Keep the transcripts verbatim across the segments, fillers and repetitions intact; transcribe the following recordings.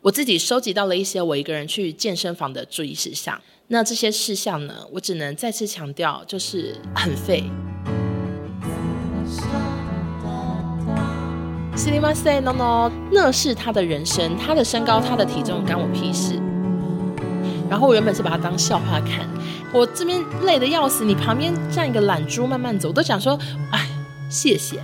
我自己收集到了一些我一个人去健身房的注意事项。那这些事项呢，我只能再次强调，就是很废。すみません no no， 那是他的人生，他的身高，他的体重，干我屁事。然后我原本是把它当笑话看，我这边累得要死，你旁边站一个懒猪慢慢走，我都想说，哎，谢谢。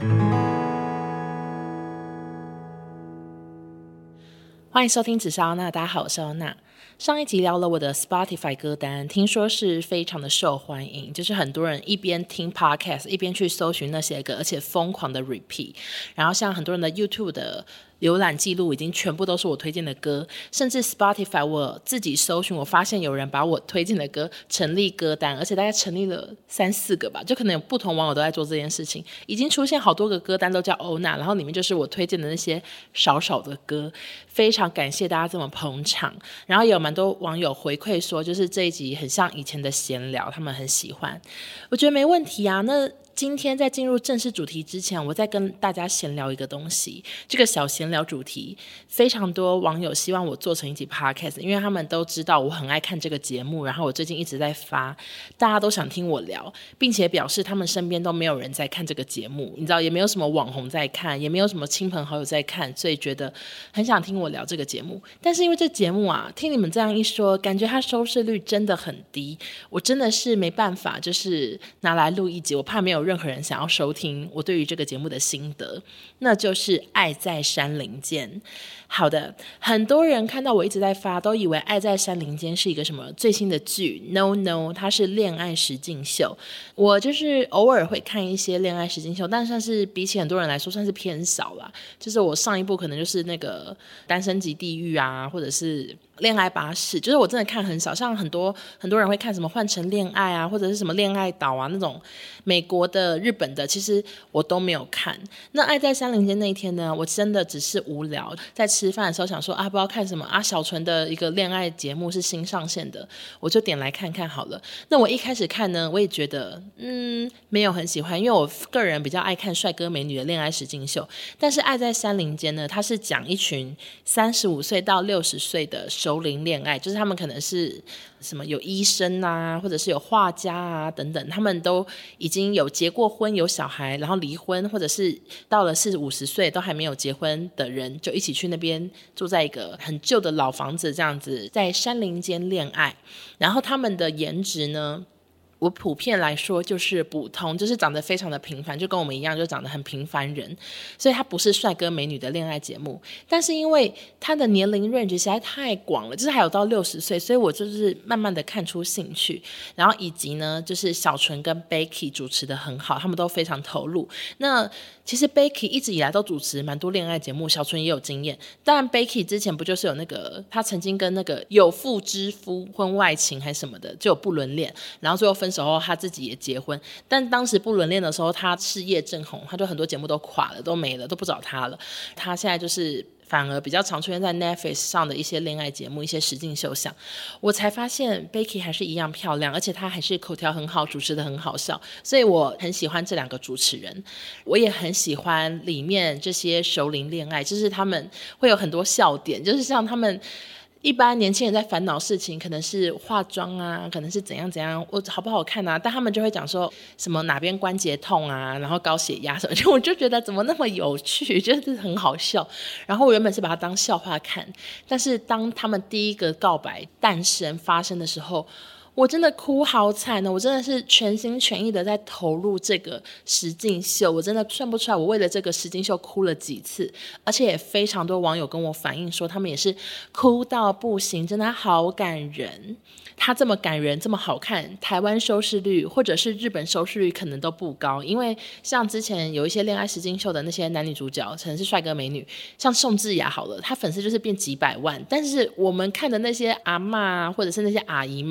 欢迎收听紫砂欧娜，大家好，我是欧娜。上一集聊了我的 Spotify 歌单，听说是非常的受欢迎，就是很多人一边听 podcast 一边去搜寻那些歌，而且疯狂的 repeat。然后像很多人的 YouTube 的浏览记录已经全部都是我推荐的歌，甚至 Spotify 我自己搜寻，我发现有人把我推荐的歌成立歌单，而且大概成立了三四个吧，就可能有不同网友都在做这件事情，已经出现好多个歌单都叫欧娜，然后里面就是我推荐的那些少少的歌，非常感谢大家这么捧场。然后也有蛮多网友回馈说，就是这一集很像以前的闲聊，他们很喜欢，我觉得没问题啊。那今天在进入正式主题之前，我再跟大家闲聊一个东西。这个小闲聊主题非常多网友希望我做成一集 podcast， 因为他们都知道我很爱看这个节目，然后我最近一直在发，大家都想听我聊，并且表示他们身边都没有人在看这个节目，你知道也没有什么网红在看，也没有什么亲朋好友在看，所以觉得很想听我聊这个节目。但是因为这节目啊，听你们这样一说，感觉它收视率真的很低，我真的是没办法就是拿来录一集，我怕没有任何人想要收听我对于这个节目的心得，那就是《爱在山林间》。好的，很多人看到我一直在发，都以为《爱在山林间》是一个什么最新的剧 ，No No， 它是恋爱实境秀。我就是偶尔会看一些恋爱实境秀，但算是比起很多人来说算是偏少啦。就是我上一部可能就是那个《单身即地狱》啊，或者是恋爱巴士，就是我真的看很少，像很多很多人会看什么换乘恋爱啊，或者是什么恋爱岛啊，那种美国的、日本的，其实我都没有看。那爱在山林间那一天呢，我真的只是无聊，在吃饭的时候想说啊，不知道看什么啊，小纯的一个恋爱节目是新上线的，我就点来看看好了。那我一开始看呢，我也觉得嗯没有很喜欢，因为我个人比较爱看帅哥美女的恋爱实境秀。但是爱在山林间呢，它是讲一群三十五岁到六十岁的熟龄恋爱，就是他们可能是什么有医生啊，或者是有画家啊等等，他们都已经有结过婚有小孩，然后离婚，或者是到了四五十岁都还没有结婚的人，就一起去那边住在一个很旧的老房子，这样子在山林间恋爱。然后他们的颜值呢，我普遍来说就是普通，就是长得非常的平凡，就跟我们一样，就长得很平凡人，所以它不是帅哥美女的恋爱节目。但是因为它的年龄 range 实在太广了，就是还有到六十岁，所以我就是慢慢的看出兴趣。然后以及呢，就是小纯跟 Becky 主持的很好，他们都非常投入。那其实 Becky 一直以来都主持蛮多恋爱节目，小纯也有经验。当然 Becky 之前不就是有那个他曾经跟那个有妇之夫婚外情还是什么的，就有不伦恋，然后最后分手后他自己也结婚，但当时不伦恋的时候他事业正红，他就很多节目都垮了，都没了，都不找他了。他现在就是反而比较常出现在 Netflix 上的一些恋爱节目，一些实境秀上，我才发现 Becky 还是一样漂亮，而且她还是口条很好，主持的很好笑，所以我很喜欢这两个主持人。我也很喜欢里面这些熟龄恋爱，就是他们会有很多笑点，就是像他们一般年轻人在烦恼事情，可能是化妆啊，可能是怎样怎样，我好不好看啊，但他们就会讲说什么哪边关节痛啊，然后高血压什么，就我就觉得怎么那么有趣，就是很好笑。然后我原本是把它当笑话看，但是当他们第一个告白诞生发生的时候，我真的哭好惨哦！我真的是全心全意的在投入这个实境秀，我真的算不出来我为了这个实境秀哭了几次，而且也非常多网友跟我反映说他们也是哭到不行，真的好感人。他这么感人这么好看，台湾收视率或者是日本收视率可能都不高，因为像之前有一些恋爱实境秀的那些男女主角可能是帅哥美女，像宋智雅好了，他粉丝就是变几百万，但是我们看的那些阿嬷或者是那些阿姨们，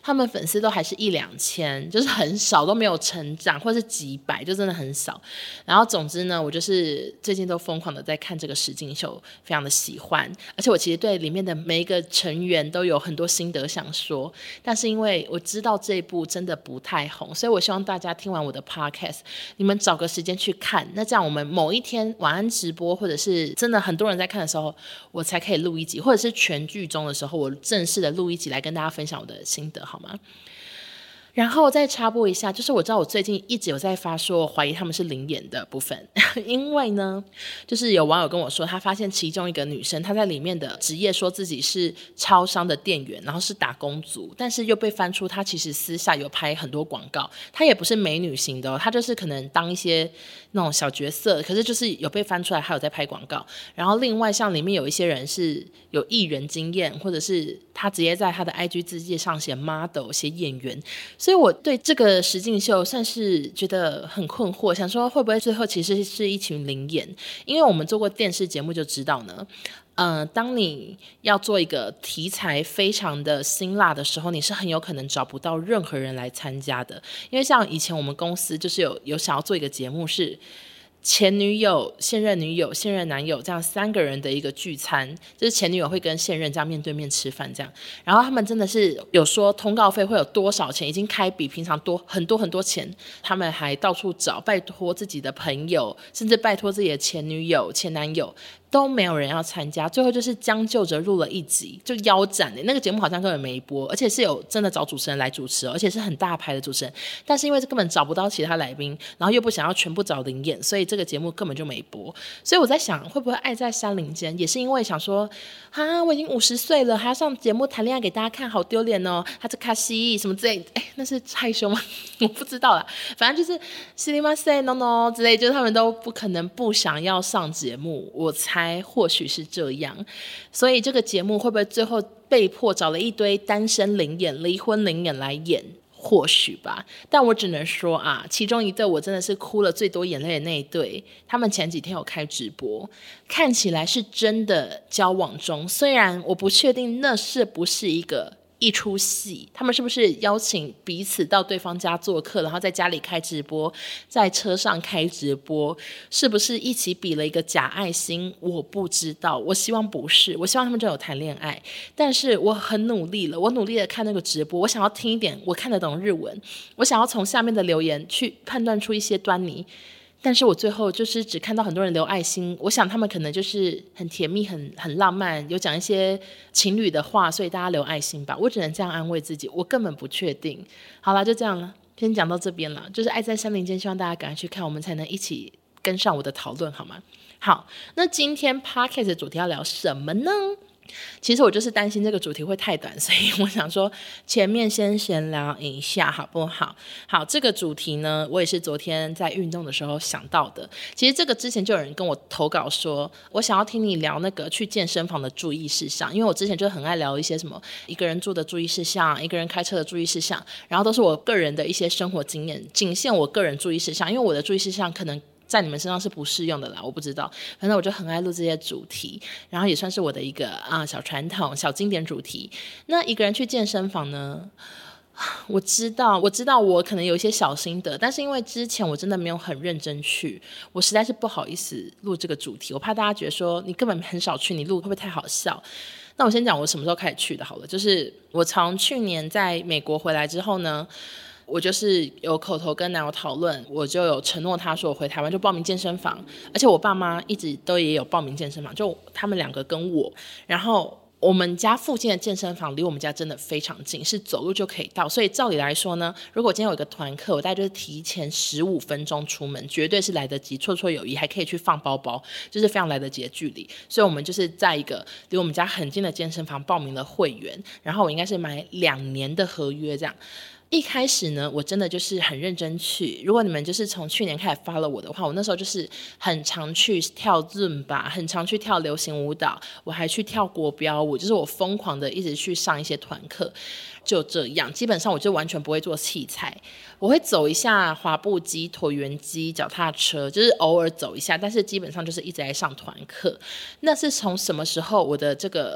他们粉丝都还是一两千，就是很少，都没有成长，或是几百，就真的很少。然后总之呢，我就是最近都疯狂的在看这个实境秀，非常的喜欢，而且我其实对里面的每一个成员都有很多心得想说，但是因为我知道这一部真的不太红，所以我希望大家听完我的 podcast， 你们找个时间去看，那这样我们某一天晚安直播，或者是真的很多人在看的时候，我才可以录一集，或者是全剧终的时候，我正式的录一集来跟大家分享我的心得，好吗？然后再插播一下，就是我知道我最近一直有在发说我怀疑他们是灵演的部分因为呢就是有网友跟我说，他发现其中一个女生她在里面的职业说自己是超商的店员，然后是打工族，但是又被翻出她其实私下有拍很多广告，她也不是美女型的哦，她就是可能当一些那种小角色，可是就是有被翻出来还有在拍广告。然后另外像里面有一些人是有艺人经验，或者是他直接在他的 I G 字界上写 model 写演员，所以我对这个实境秀算是觉得很困惑，想说会不会最后其实是一群灵演。因为我们做过电视节目就知道呢，呃，当你要做一个题材非常的辛辣的时候，你是很有可能找不到任何人来参加的。因为像以前我们公司就是有有想要做一个节目，是前女友、现任女友、现任男友这样三个人的一个聚餐，就是前女友会跟现任这样面对面吃饭这样，然后他们真的是有说通告费会有多少钱，已经开比平常多很多很多钱，他们还到处找，拜托自己的朋友，甚至拜托自己的前女友、前男友，都没有人要参加，最后就是将就着录了一集，就腰斩、欸、那个节目好像根本没播，而且是有真的找主持人来主持、哦、而且是很大牌的主持人，但是因为根本找不到其他来宾，然后又不想要全部找灵演，所以这个节目根本就没播。所以我在想，会不会爱在山林间也是因为想说啊，我已经五十岁了，还要上节目谈恋爱给大家看，好丢脸哦，他是卡西什么之类的，哎，那是害羞吗？我不知道啦，反正就是西里马塞 no no 之类，就是他们都不可能不想要上节目，我猜或许是这样。所以这个节目会不会最后被迫找了一堆单身灵演、离婚灵演来演？或许吧，但我只能说啊，其中一对我真的是哭了最多眼泪的那一对，他们前几天有开直播，看起来是真的交往中，虽然我不确定那是不是一个一出戏，他们是不是邀请彼此到对方家做客，然后在家里开直播，在车上开直播，是不是一起比了一个假爱心，我不知道，我希望不是，我希望他们真的有谈恋爱。但是我很努力了，我努力的看那个直播，我想要听一点我看得懂日文，我想要从下面的留言去判断出一些端倪，但是我最后就是只看到很多人留爱心，我想他们可能就是很甜蜜、很很浪漫，有讲一些情侣的话，所以大家留爱心吧。我只能这样安慰自己，我根本不确定。好啦，就这样了，先讲到这边了。就是爱在山林间，希望大家赶快去看，我们才能一起跟上我的讨论，好吗？好，那今天 Podcast 的主题要聊什么呢？其实我就是担心这个主题会太短，所以我想说前面先闲聊一下好不好？好，这个主题呢，我也是昨天在运动的时候想到的。其实这个之前就有人跟我投稿说，我想要听你聊那个去健身房的注意事项，因为我之前就很爱聊一些什么一个人住的注意事项，一个人开车的注意事项，然后都是我个人的一些生活经验，仅限我个人注意事项，因为我的注意事项可能在你们身上是不适用的啦，我不知道，反正我就很爱录这些主题，然后也算是我的一个啊小传统、小经典主题。那一个人去健身房呢，我知道，我知道我可能有一些小心得，但是因为之前我真的没有很认真去，我实在是不好意思录这个主题，我怕大家觉得说你根本很少去，你录会不会太好笑？那我先讲我什么时候开始去的好了，就是我从去年在美国回来之后呢，我就是有口头跟男友讨论，我就有承诺他说我回台湾就报名健身房，而且我爸妈一直都也有报名健身房，就他们两个跟我，然后我们家附近的健身房离我们家真的非常近，是走路就可以到，所以照理来说呢，如果今天有一个团课，我大概就是提前十五分钟出门，绝对是来得及，绰绰有余，还可以去放包包，就是非常来得及的距离。所以我们就是在一个离我们家很近的健身房报名了会员，然后我应该是买两年的合约这样。一开始呢，我真的就是很认真去。如果你们就是从去年开始 follow 我的话，我那时候就是很常去跳 Zumba， 很常去跳流行舞蹈，我还去跳国标舞，就是我疯狂的一直去上一些团课。就这样，基本上我就完全不会做器材，我会走一下滑步机、椭圆机、脚踏车，就是偶尔走一下，但是基本上就是一直在上团课。那是从什么时候我的这个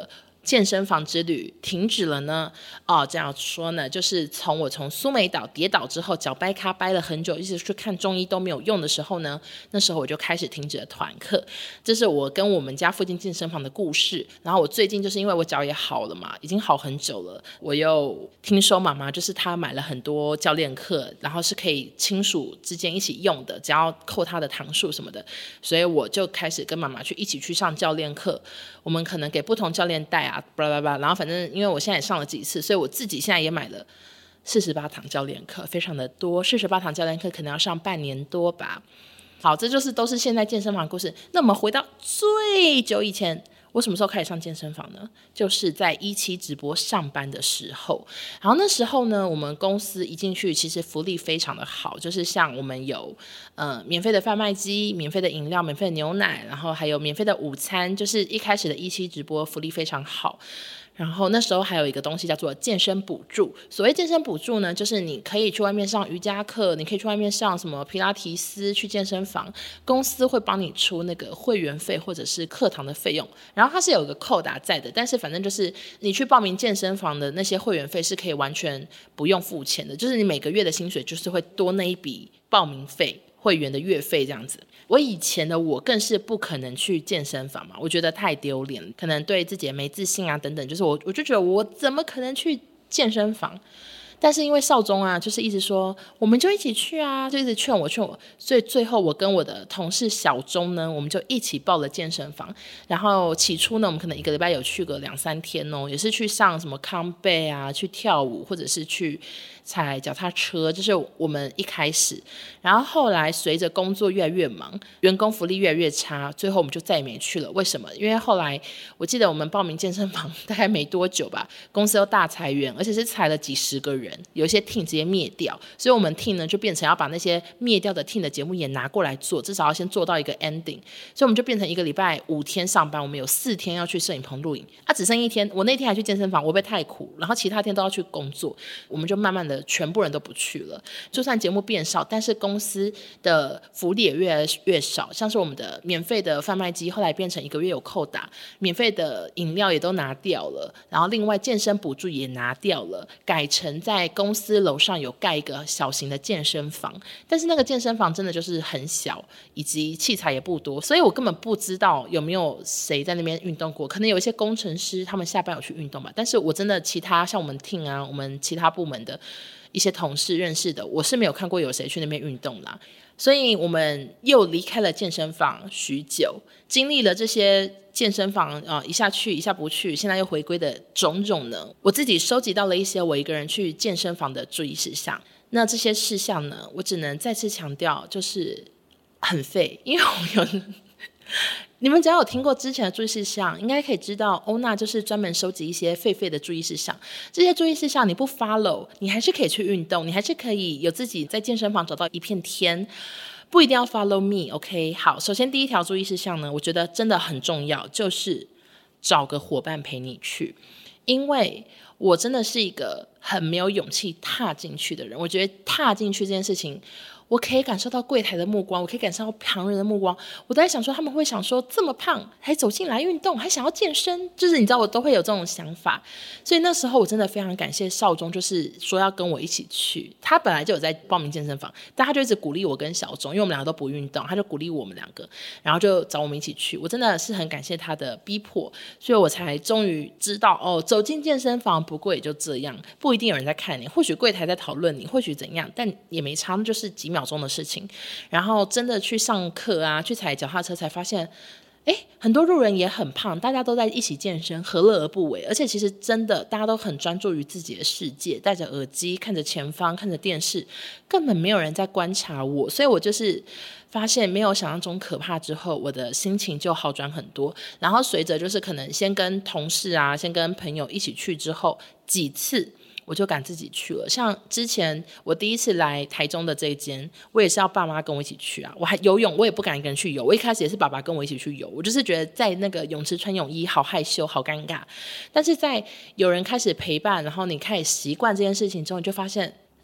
健身房之旅停止了呢？哦，这样说呢，就是从我从苏梅岛跌倒之后，脚掰咖掰了很久，一直去看中医都没有用的时候呢，那时候我就开始停止了团课。这是我跟我们家附近健身房的故事。然后我最近就是因为我脚也好了嘛，已经好很久了，我又听说妈妈就是她买了很多教练课，然后是可以亲属之间一起用的，只要扣她的堂数什么的，所以我就开始跟妈妈去一起去上教练课。我们可能给不同教练带啊，巴拉巴拉，然后反正因为我现在也上了几次，所以我自己现在也买了四十八堂教练课，非常的多。四十八堂教练课可能要上半年多吧。好，这就是都是现在健身房的故事。那我们回到最久以前，我什么时候开始上健身房呢？就是在一期直播上班的时候。然后那时候呢，我们公司一进去，其实福利非常的好，就是像我们有呃免费的贩卖机、免费的饮料、免费的牛奶，然后还有免费的午餐，就是一开始的一期直播福利非常好。然后那时候还有一个东西叫做健身补助。所谓健身补助呢，就是你可以去外面上瑜伽课，你可以去外面上什么皮拉提斯，去健身房，公司会帮你出那个会员费或者是课堂的费用，然后它是有一个扣打在的，但是反正就是你去报名健身房的那些会员费是可以完全不用付钱的，就是你每个月的薪水就是会多那一笔报名费，会员的月费这样子。我以前的我更是不可能去健身房嘛，我觉得太丢脸，可能对自己也没自信啊等等，就是我我就觉得我怎么可能去健身房。但是因为少中啊，就是一直说我们就一起去啊，就一直劝我劝我，所以最后我跟我的同事小钟呢，我们就一起报了健身房。然后起初呢，我们可能一个礼拜有去个两三天哦，也是去上什么康贝啊，去跳舞，或者是去踩脚踏车，这是我们一开始。然后后来随着工作越来越忙，员工福利越来越差，最后我们就再也没去了。为什么？因为后来我记得我们报名健身房大概没多久吧，公司又大裁员，而且是裁了几十个人，有一些 team 直接灭掉，所以我们 team 呢就变成要把那些灭掉的 team 的节目也拿过来做，至少要先做到一个 ending。所以我们就变成一个礼拜五天上班，我们有四天要去摄影棚录影啊，只剩一天。我那天还去健身房，我被太苦，然后其他天都要去工作，我们就慢慢的全部人都不去了。就算节目变少，但是公司的福利也越来越少，像是我们的免费的贩卖机后来变成一个月有扣打，免费的饮料也都拿掉了，然后另外健身补助也拿掉了，改成在公司楼上有盖一个小型的健身房，但是那个健身房真的就是很小，以及器材也不多，所以我根本不知道有没有谁在那边运动过，可能有一些工程师他们下班有去运动吧，但是我真的其他像我们 team 啊，我们其他部门的一些同事认识的，我是没有看过有谁去那边运动啦。所以我们又离开了健身房许久，经历了这些健身房、呃、一下去一下不去，现在又回归的种种呢，我自己收集到了一些我一个人去健身房的注意事项。那这些事项呢，我只能再次强调，就是很废，因为我有你们只要有听过之前的注意事项，应该可以知道欧娜就是专门收集一些废废的注意事项。这些注意事项你不 follow， 你还是可以去运动，你还是可以有自己在健身房找到一片天，不一定要 follow me OK。 好，首先第一条注意事项呢，我觉得真的很重要，就是找个伙伴陪你去。因为我真的是一个很没有勇气踏进去的人，我觉得踏进去这件事情，我可以感受到柜台的目光，我可以感受到旁人的目光，我都在想说他们会想说这么胖还走进来运动还想要健身，就是你知道我都会有这种想法。所以那时候我真的非常感谢少中，就是说要跟我一起去，他本来就有在报名健身房，但他就一直鼓励我跟小中，因为我们两个都不运动，他就鼓励我们两个，然后就找我们一起去。我真的是很感谢他的逼迫，所以我才终于知道哦，走进健身房不过也就这样，不一定有人在看你，或许柜台在讨论你，或许怎样，但也没差，就是几秒钟的事情。然后真的去上课啊，去踩脚踏车才发现，哎，很多路人也很胖，大家都在一起健身，何乐而不为？而且其实真的大家都很专注于自己的世界，戴着耳机看着前方，看着电视，根本没有人在观察我。所以我就是发现没有想象中可怕之后，我的心情就好转很多。然后随着就是可能先跟同事啊，先跟朋友一起去之后，几次我就敢自己去了。像之前我第一次来台中的这一间，我也是要爸妈跟我一起去啊。我还游泳，我也不敢一个人去游，我一开始也是爸爸跟我一起去游，我就是觉得在那个泳池穿泳衣好害羞好尴尬。但是在有人开始陪伴，然后你开始习惯这件事情之后，你就发现嗯，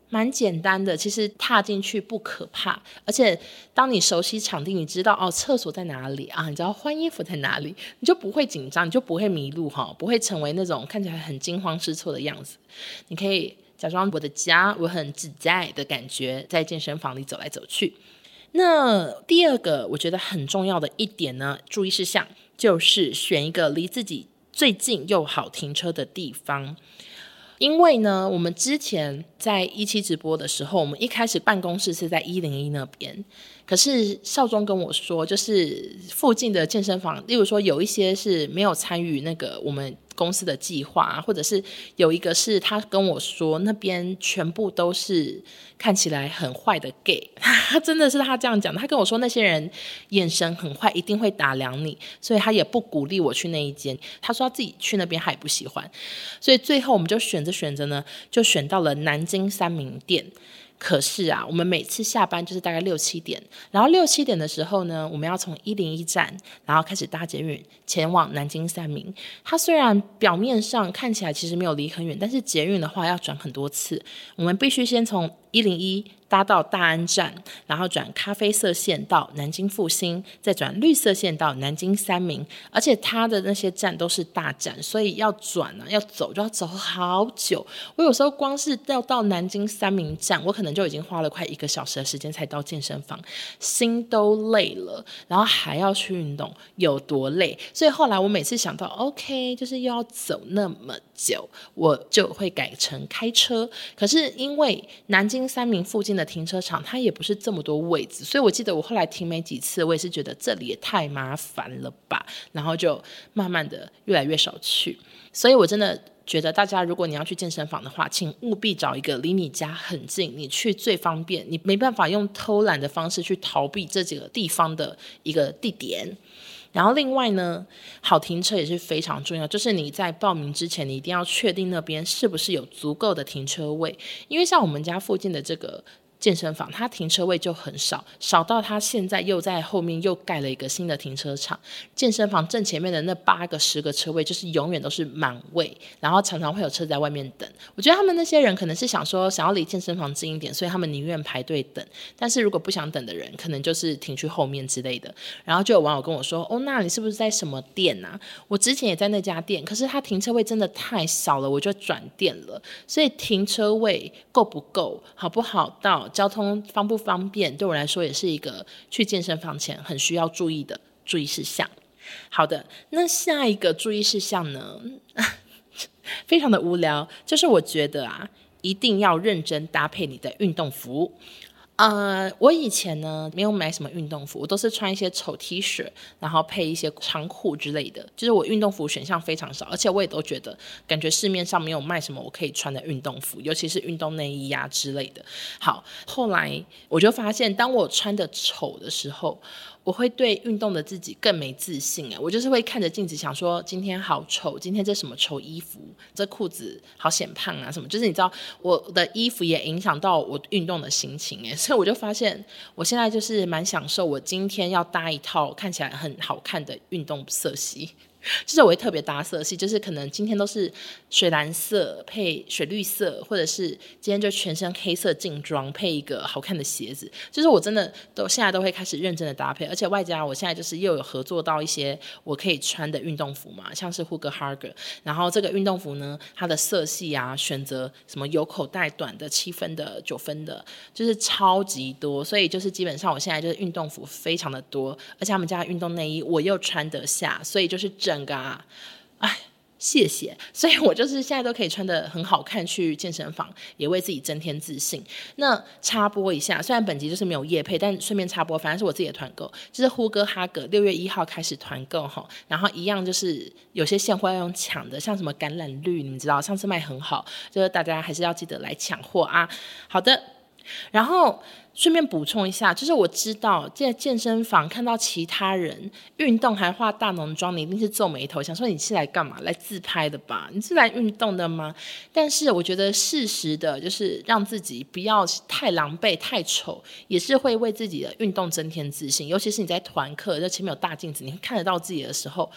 蛮简单的，其实踏进去不可怕，而且当你熟悉场地，你知道哦厕所在哪里啊，你知道换衣服在哪里，你就不会紧张，你就不会迷路哈，不会成为那种看起来很惊慌失措的样子。你可以假装我的家我很自在的感觉，在健身房里走来走去。那第二个我觉得很重要的一点呢，注意事项就是选一个离自己最近又好停车的地方。因为呢我们之前在一期直播的时候，我们一开始办公室是在一零一那边，可是少中跟我说，就是附近的健身房，例如说有一些是没有参与那个我们公司的计划，或者是有一个是他跟我说那边全部都是看起来很坏的 gay 他真的是他这样讲的，他跟我说那些人眼神很坏，一定会打量你，所以他也不鼓励我去那一间，他说他自己去那边他也不喜欢，所以最后我们就选着选着呢，就选到了南京三民店。可是啊，我们每次下班就是大概六七点，然后六七点的时候呢，我们要从一零一站，然后开始搭捷运前往南京三民。它虽然表面上看起来其实没有离很远，但是捷运的话要转很多次，我们必须先从一零一搭到大安站，然后转咖啡色线到南京复兴，再转绿色线到南京三民，而且它的那些站都是大站，所以要转啊要走就要走好久。我有时候光是要到南京三民站，我可能就已经花了快一个小时的时间才到健身房，心都累了，然后还要去运动，有多累。所以后来我每次想到 OK 就是又要走那么久，我就会改成开车。可是因为南京三民附近的停车场它也不是这么多位置，所以我记得我后来停没几次，我也是觉得这里也太麻烦了吧，然后就慢慢的越来越少去。所以我真的觉得大家如果你要去健身房的话，请务必找一个离你家很近，你去最方便，你没办法用偷懒的方式去逃避这几个地方的一个地点。然后另外呢，好停车也是非常重要，就是你在报名之前你一定要确定那边是不是有足够的停车位，因为像我们家附近的这个健身房它停车位就很少，少到它现在又在后面又盖了一个新的停车场，健身房正前面的那八个十个车位就是永远都是满位，然后常常会有车在外面等。我觉得他们那些人可能是想说想要离健身房近一点，所以他们宁愿排队等，但是如果不想等的人可能就是停去后面之类的。然后就有网友跟我说，哦，那你是不是在什么店啊？我之前也在那家店，可是它停车位真的太少了，我就转店了。所以停车位够不够，好不好到，交通方不方便，对我来说也是一个去健身房前很需要注意的注意事项。好的，那下一个注意事项呢非常的无聊，就是我觉得啊，一定要认真搭配你的运动服。呃，我以前呢没有买什么运动服，我都是穿一些丑 T 恤，然后配一些长裤之类的，就是我运动服选项非常少，而且我也都觉得感觉市面上没有卖什么我可以穿的运动服，尤其是运动内衣啊之类的。好，后来我就发现当我穿的丑的时候，我会对运动的自己更没自信。我就是会看着镜子想说今天好丑，今天这什么丑衣服，这裤子好显胖啊什么，就是你知道我的衣服也影响到我运动的心情，所以我就发现我现在就是蛮享受我今天要搭一套看起来很好看的运动色系，就是我会特别搭色系，就是可能今天都是水蓝色配水绿色，或者是今天就全身黑色劲装配一个好看的鞋子，就是我真的都现在都会开始认真的搭配，而且外加我现在就是又有合作到一些我可以穿的运动服嘛，像是 Hugger Harger， 然后这个运动服呢它的色系啊选择什么有口袋短的七分的九分的，就是超级多，所以就是基本上我现在就是运动服非常的多，而且他们家的运动内衣我又穿得下，所以就是整个啊哎谢谢，所以我就是现在都可以穿得很好看去健身房，也为自己增添自信。那插播一下，虽然本集就是没有业配，但顺便插播，反正是我自己的团购，就是呼哥哈格六月一号开始团购，然后一样就是有些现货要用抢的，像什么橄榄绿你们知道上次卖很好，就是大家还是要记得来抢货啊。好的，然后顺便补充一下，就是我知道在健身房看到其他人运动还化大浓妆，你一定是皱眉头想说你是来干嘛，来自拍的吧，你是来运动的吗？但是我觉得适时的就是让自己不要太狼狈太丑，也是会为自己的运动增添自信，尤其是你在团课就前面有大镜子你看得到自己的时候，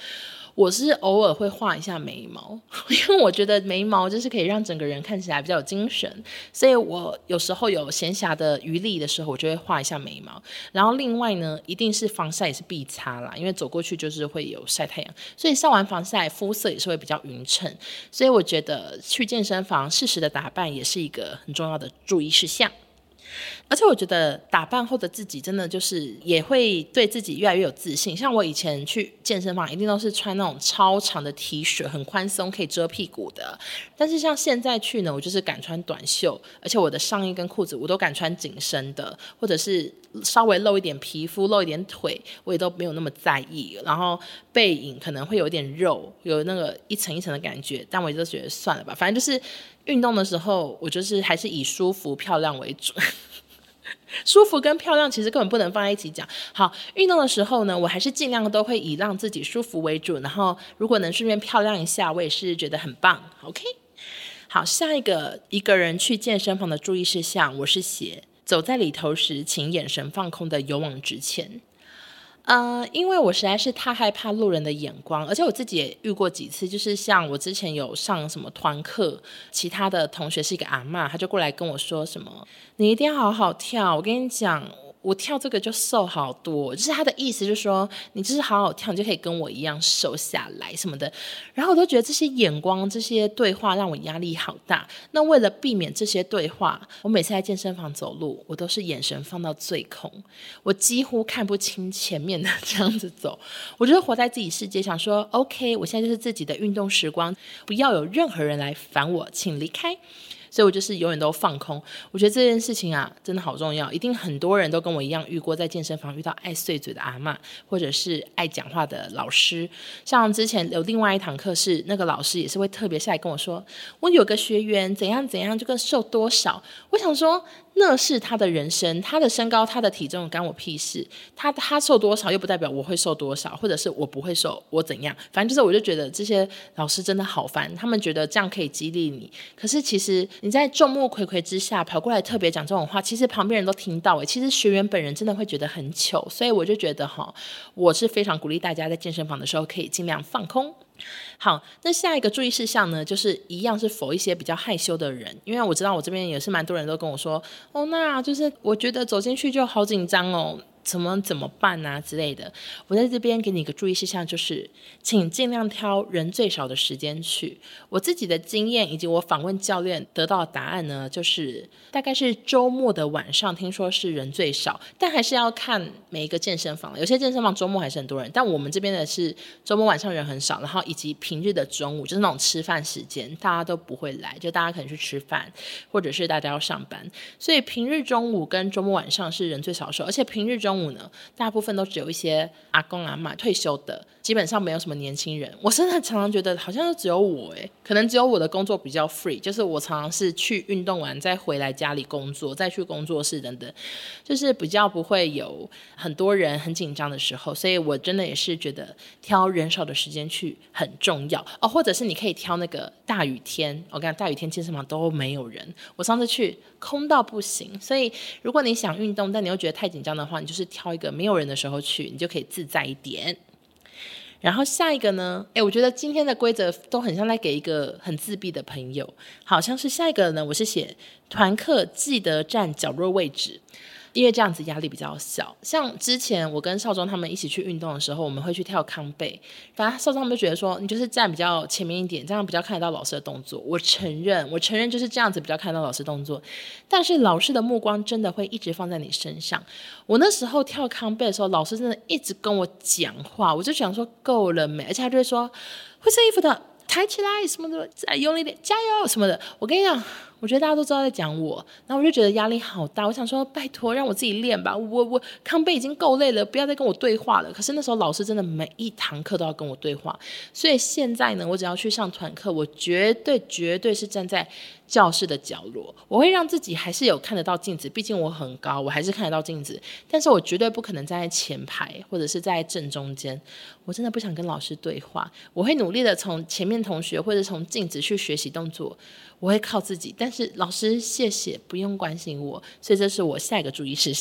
我是偶尔会画一下眉毛，因为我觉得眉毛就是可以让整个人看起来比较有精神，所以我有时候有闲暇的余力的时候，我就会画一下眉毛。然后另外呢，一定是防晒也是必擦啦，因为走过去就是会有晒太阳，所以晒完防晒肤色也是会比较匀称。所以我觉得去健身房适时的打扮也是一个很重要的注意事项。而且我觉得打扮后的自己真的就是也会对自己越来越有自信。像我以前去健身房一定都是穿那种超长的 T 恤，很宽松可以遮屁股的，但是像现在去呢，我就是敢穿短袖，而且我的上衣跟裤子我都敢穿紧身的，或者是稍微露一点皮肤露一点腿我也都没有那么在意，然后背影可能会有点肉，有那个一层一层的感觉，但我也就觉得算了吧，反正就是运动的时候我就是还是以舒服漂亮为主舒服跟漂亮其实根本不能放在一起讲。好，运动的时候呢，我还是尽量都会以让自己舒服为主，然后如果能顺便漂亮一下，我也是觉得很棒。 OK， 好，下一个一个人去健身房的注意事项，我是写走在里头时请眼神放空的勇往直前。呃，因为我实在是太害怕路人的眼光，而且我自己也遇过几次，就是像我之前有上什么团课，其他的同学是一个阿嬷，他就过来跟我说什么你一定要好好跳，我跟你讲我跳这个就瘦好多，就是他的意思就是说你就是好好跳你就可以跟我一样瘦下来什么的。然后我都觉得这些眼光这些对话让我压力好大，那为了避免这些对话，我每次在健身房走路我都是眼神放到最空，我几乎看不清前面的这样子走，我就是活在自己世界，想说 OK 我现在就是自己的运动时光，不要有任何人来烦我，请离开。所以我就是永远都放空。我觉得这件事情啊真的好重要，一定很多人都跟我一样遇过在健身房遇到爱碎嘴的阿嬷，或者是爱讲话的老师。像之前有另外一堂课是那个老师也是会特别下来跟我说我有个学员怎样怎样就跟瘦多少，我想说那是他的人生，他的身高他的体重干我屁事，他他瘦多少又不代表我会瘦多少，或者是我不会瘦我怎样，反正就是我就觉得这些老师真的好烦，他们觉得这样可以激励你，可是其实你在众目睽睽之下跑过来特别讲这种话，其实旁边人都听到耶，其实学员本人真的会觉得很糗。所以我就觉得齁，我是非常鼓励大家在健身房的时候可以尽量放空。好，那下一个注意事项呢，就是一样是否一些比较害羞的人，因为我知道我这边也是蛮多人都跟我说哦，那就是我觉得走进去就好紧张哦，怎么怎么办啊之类的。我在这边给你一个注意事项，就是请尽量挑人最少的时间去。我自己的经验以及我访问教练得到的答案呢，就是大概是周末的晚上听说是人最少，但还是要看每一个健身房，有些健身房周末还是很多人，但我们这边的是周末晚上人很少，然后以及平日的中午就是那种吃饭时间大家都不会来，就大家可能去吃饭或者是大家要上班，所以平日中午跟周末晚上是人最少的时候。而且平日中午呢大部分都只有一些阿公阿嬷退休的，基本上没有什么年轻人。我真的常常觉得好像只有我耶，可能只有我的工作比较 free， 就是我常常是去运动完再回来家里工作，再去工作室等等，就是比较不会有很多人很紧张的时候。所以我真的也是觉得挑人少的时间去很重要哦，或者是你可以挑那个大雨天，我跟你讲大雨天健身房都没有人，我上次去空到不行。所以如果你想运动但你又觉得太紧张的话，你就是挑一个没有人的时候去，你就可以自在一点。然后下一个呢，诶，我觉得今天的规则都很像在给一个很自闭的朋友。好像是下一个呢，我是写团课记得站角落位置，因为这样子压力比较小。像之前我跟少中他们一起去运动的时候，我们会去跳康贝，反正少中他们就觉得说你就是站比较前面一点，这样比较看得到老师的动作。我承认我承认就是这样子比较看得到老师动作，但是老师的目光真的会一直放在你身上。我那时候跳康贝的时候，老师真的一直跟我讲话，我就想说够了没，而且他就会说会穿衣服的抬起来什么的，再用力点加油什么的。我跟你讲，我觉得大家都知道在讲我，然后我就觉得压力好大。我想说拜托让我自己练吧，我我康贝已经够累了，不要再跟我对话了。可是那时候老师真的每一堂课都要跟我对话，所以现在呢，我只要去上团课，我绝对绝对是站在教室的角落，我会让自己还是有看得到镜子，毕竟我很高，我还是看得到镜子，但是我绝对不可能站在前排或者是在正中间。我真的不想跟老师对话，我会努力的从前面同学或者从镜子去学习动作，我会靠自己，但是老师谢谢不用关心我。所以这是我下一个注意事项。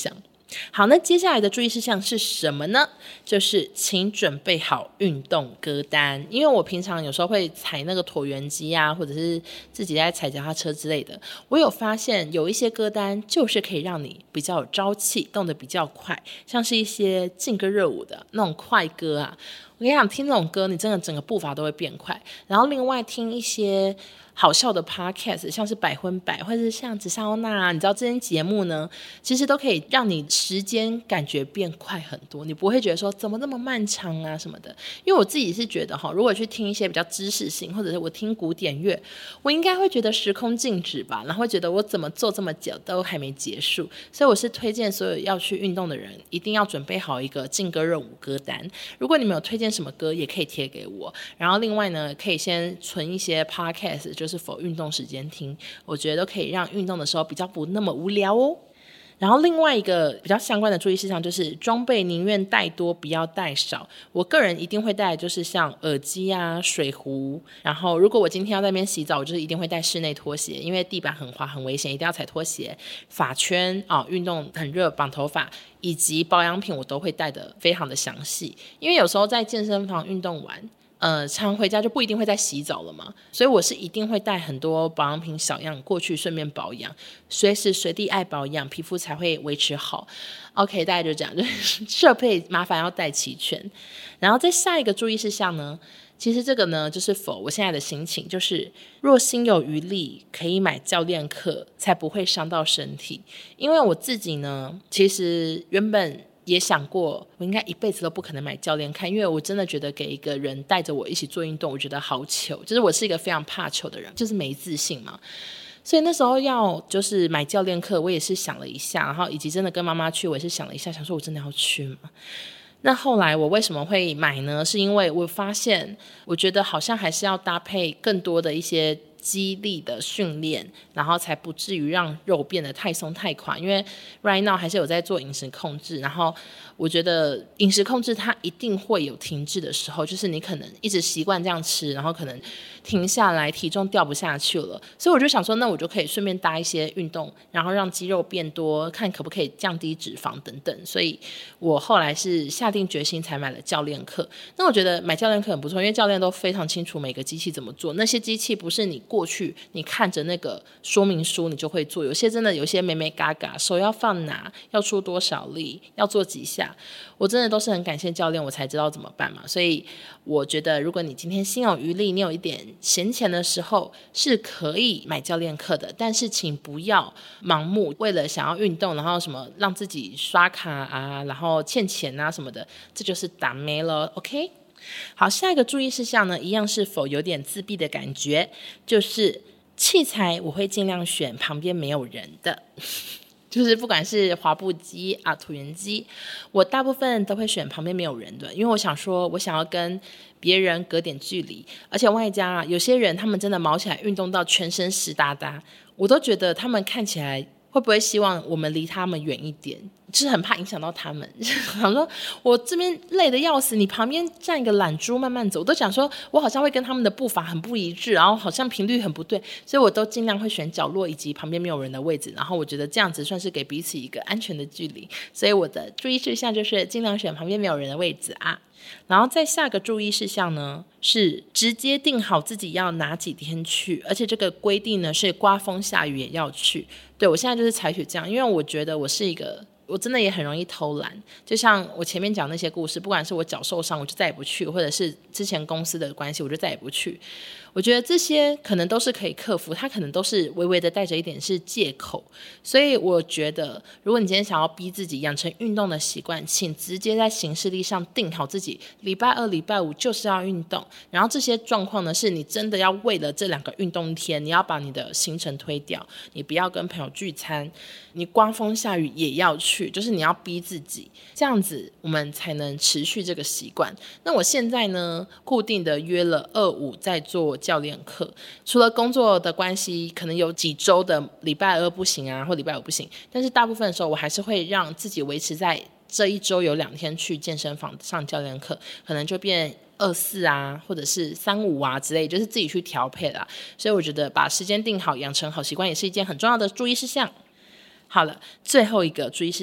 好，那接下来的注意事项是什么呢？就是请准备好运动歌单。因为我平常有时候会踩那个椭圆机啊，或者是自己在踩脚踏车之类的，我有发现有一些歌单就是可以让你比较有朝气，动得比较快，像是一些劲歌热舞的那种快歌啊，我跟你讲，听这种歌你真的整个步伐都会变快。然后另外听一些好笑的 podcast， 像是百分百或者是像紫砂欧娜，你知道这些节目呢，其实都可以让你时间感觉变快很多，你不会觉得说怎么那么漫长啊什么的。因为我自己是觉得哈，如果去听一些比较知识性，或者是我听古典乐，我应该会觉得时空静止吧，然后会觉得我怎么做这么久都还没结束。所以我是推荐所有要去运动的人一定要准备好一个劲歌热舞歌单。如果你们有推荐什么歌也可以贴给我，然后另外呢可以先存一些 podcast， 就是否运动时间听，我觉得都可以让运动的时候比较不那么无聊哦。然后另外一个比较相关的注意事项就是装备宁愿带多不要带少。我个人一定会带就是像耳机啊、水壶，然后如果我今天要在那边洗澡，我就是一定会带室内拖鞋，因为地板很滑很危险，一定要踩拖鞋。发圈啊、哦，运动很热绑头发，以及保养品我都会带得非常的详细，因为有时候在健身房运动完呃，常回家就不一定会再洗澡了嘛，所以我是一定会带很多保养品小样过去顺便保养，随时随地爱保养，皮肤才会维持好。 OK， 大概就这样，就是设备麻烦要带齐全。然后再下一个注意事项呢，其实这个呢就是否我现在的心情，就是若心有余力可以买教练课，才不会伤到身体。因为我自己呢其实原本也想过我应该一辈子都不可能买教练看，因为我真的觉得给一个人带着我一起做运动我觉得好糗，就是我是一个非常怕糗的人，就是没自信嘛。所以那时候要就是买教练课，我也是想了一下，然后以及真的跟妈妈去，我也是想了一下，想说我真的要去吗？那后来我为什么会买呢？是因为我发现我觉得好像还是要搭配更多的一些肌力的训练，然后才不至于让肉变得太松太垮。因为 right now 还是有在做饮食控制，然后我觉得饮食控制它一定会有停滞的时候，就是你可能一直习惯这样吃，然后可能停下来体重掉不下去了，所以我就想说那我就可以顺便搭一些运动，然后让肌肉变多，看可不可以降低脂肪等等。所以我后来是下定决心才买了教练课。那我觉得买教练课很不错，因为教练都非常清楚每个机器怎么做，那些机器不是你过去你看着那个说明书你就会做，有些真的有些眉眉嘎嘎，手要放哪，要出多少力，要做几下，我真的都是很感谢教练我才知道怎么办嘛。所以我觉得如果你今天心有余力，你有一点闲钱的时候是可以买教练课的，但是请不要盲目为了想要运动然后什么让自己刷卡啊，然后欠钱啊什么的，这就是打咩了。 OK， 好，下一个注意事项呢，一样是否有点自闭的感觉，就是器材我会尽量选旁边没有人的就是不管是滑步机啊、椭圆机，我大部分都会选旁边没有人的，因为我想说我想要跟别人隔点距离。而且外加、啊、有些人他们真的毛起来运动到全身湿哒哒，我都觉得他们看起来会不会希望我们离他们远一点，就是很怕影响到他们想说我这边累得要死，你旁边站一个懒猪慢慢走，我都想说我好像会跟他们的步伐很不一致，然后好像频率很不对，所以我都尽量会选角落以及旁边没有人的位置，然后我觉得这样子算是给彼此一个安全的距离。所以我的注意事项就是尽量选旁边没有人的位置啊。然后再下个注意事项呢，是直接定好自己要哪几天去，而且这个规定呢是刮风下雨也要去。对，我现在就是采取这样，因为我觉得我是一个我真的也很容易偷懒，就像我前面讲那些故事，不管是我脚受伤我就再也不去，或者是之前公司的关系我就再也不去，我觉得这些可能都是可以克服，它可能都是微微的带着一点是借口。所以我觉得如果你今天想要逼自己养成运动的习惯，请直接在行事历上定好自己礼拜二礼拜五就是要运动，然后这些状况呢是你真的要为了这两个运动天你要把你的行程推掉，你不要跟朋友聚餐，你刮风下雨也要去，就是你要逼自己，这样子我们才能持续这个习惯。那我现在呢固定的约了二五在做教练课，除了工作的关系可能有几周的礼拜二不行啊或礼拜五不行，但是大部分的时候我还是会让自己维持在这一周有两天去健身房上教练课，可能就变二四啊或者是三五啊之类，就是自己去调配啦。所以我觉得把时间定好养成好习惯也是一件很重要的注意事项。好了，最后一个注意事项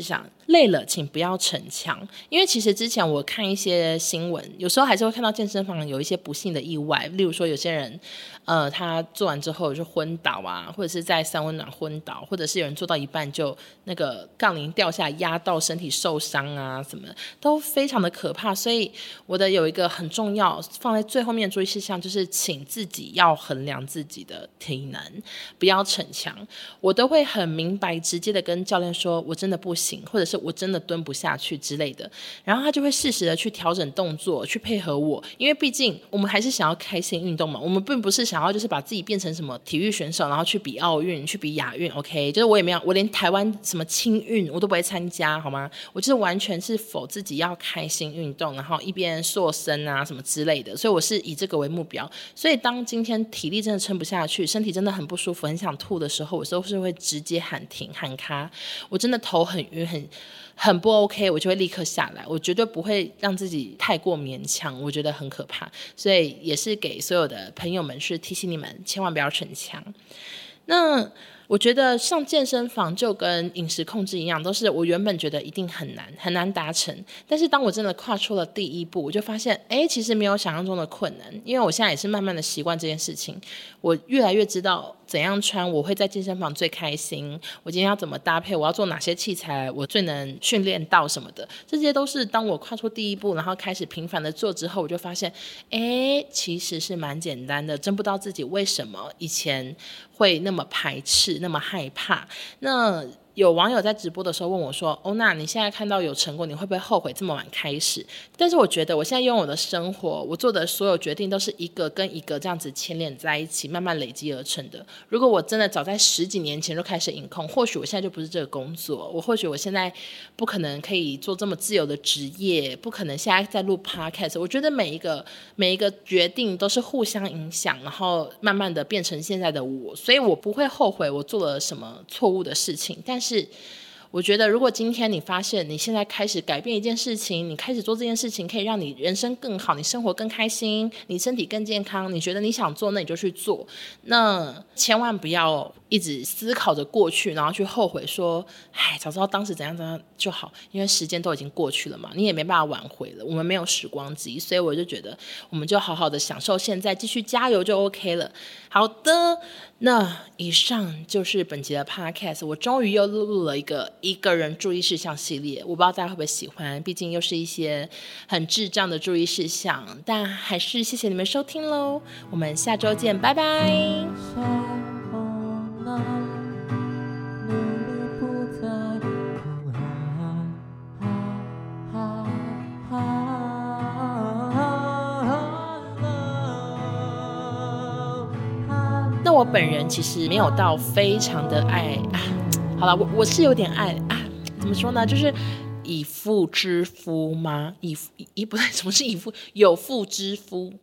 累了请不要逞强。因为其实之前我看一些新闻，有时候还是会看到健身房有一些不幸的意外，例如说有些人呃，他做完之后就昏倒啊，或者是在三温暖昏倒，或者是有人做到一半就那个杠铃掉下压到身体受伤啊，什么都非常的可怕。所以我的有一个很重要放在最后面的注意事项，就是请自己要衡量自己的体能，不要逞强。我都会很明白直接的跟教练说我真的不行，或者是我真的蹲不下去之类的，然后他就会适时的去调整动作去配合我。因为毕竟我们还是想要开心运动嘛，我们并不是想要就是把自己变成什么体育选手然后去比奥运去比亚运 OK， 就是我也没有，我连台湾什么青运我都不会参加好吗？我就是完全是否自己要开心运动，然后一边塑身啊什么之类的，所以我是以这个为目标。所以当今天体力真的撑不下去，身体真的很不舒服很想吐的时候，我都是会直接喊停喊卡。我真的头很晕很很不 OK， 我就会立刻下来，我绝对不会让自己太过勉强，我觉得很可怕。所以也是给所有的朋友们是提醒你们千万不要逞强。那我觉得上健身房就跟饮食控制一样，都是我原本觉得一定很难很难达成，但是当我真的跨出了第一步，我就发现哎，其实没有想象中的困难。因为我现在也是慢慢的习惯这件事情，我越来越知道怎样穿我会在健身房最开心，我今天要怎么搭配，我要做哪些器材我最能训练到什么的，这些都是当我跨出第一步然后开始频繁的做之后，我就发现哎，其实是蛮简单的，真不知道自己为什么以前会那么排斥那么害怕。那有网友在直播的时候问我说欧娜，你现在看到有成果你会不会后悔这么晚开始？但是我觉得我现在拥有的生活，我做的所有决定都是一个跟一个这样子牵连在一起慢慢累积而成的。如果我真的早在十几年前就开始饮控，或许我现在就不是这个工作，我或许我现在不可能可以做这么自由的职业，不可能现在在录 podcast。 我觉得每一个每一个决定都是互相影响，然后慢慢的变成现在的我，所以我不会后悔我做了什么错误的事情。但是我觉得如果今天你发现你现在开始改变一件事情，你开始做这件事情可以让你人生更好，你生活更开心，你身体更健康，你觉得你想做那你就去做。那千万不要一直思考着过去然后去后悔说哎，早知道当时怎样怎样就好，因为时间都已经过去了嘛，你也没办法挽回了，我们没有时光机。所以我就觉得我们就好好的享受现在，继续加油就 OK 了。好的，那以上就是本集的 podcast， 我终于又录了一个一个人注意事项系列，我不知道大家会不会喜欢，毕竟又是一些很智障的注意事项，但还是谢谢你们收听咯，我们下周见，拜拜。那我本人其实没有到非常的爱啊，好了，我我是有点爱啊，怎么说呢，就是以妇之夫吗？以以不对，什么是以妇？有妇之夫。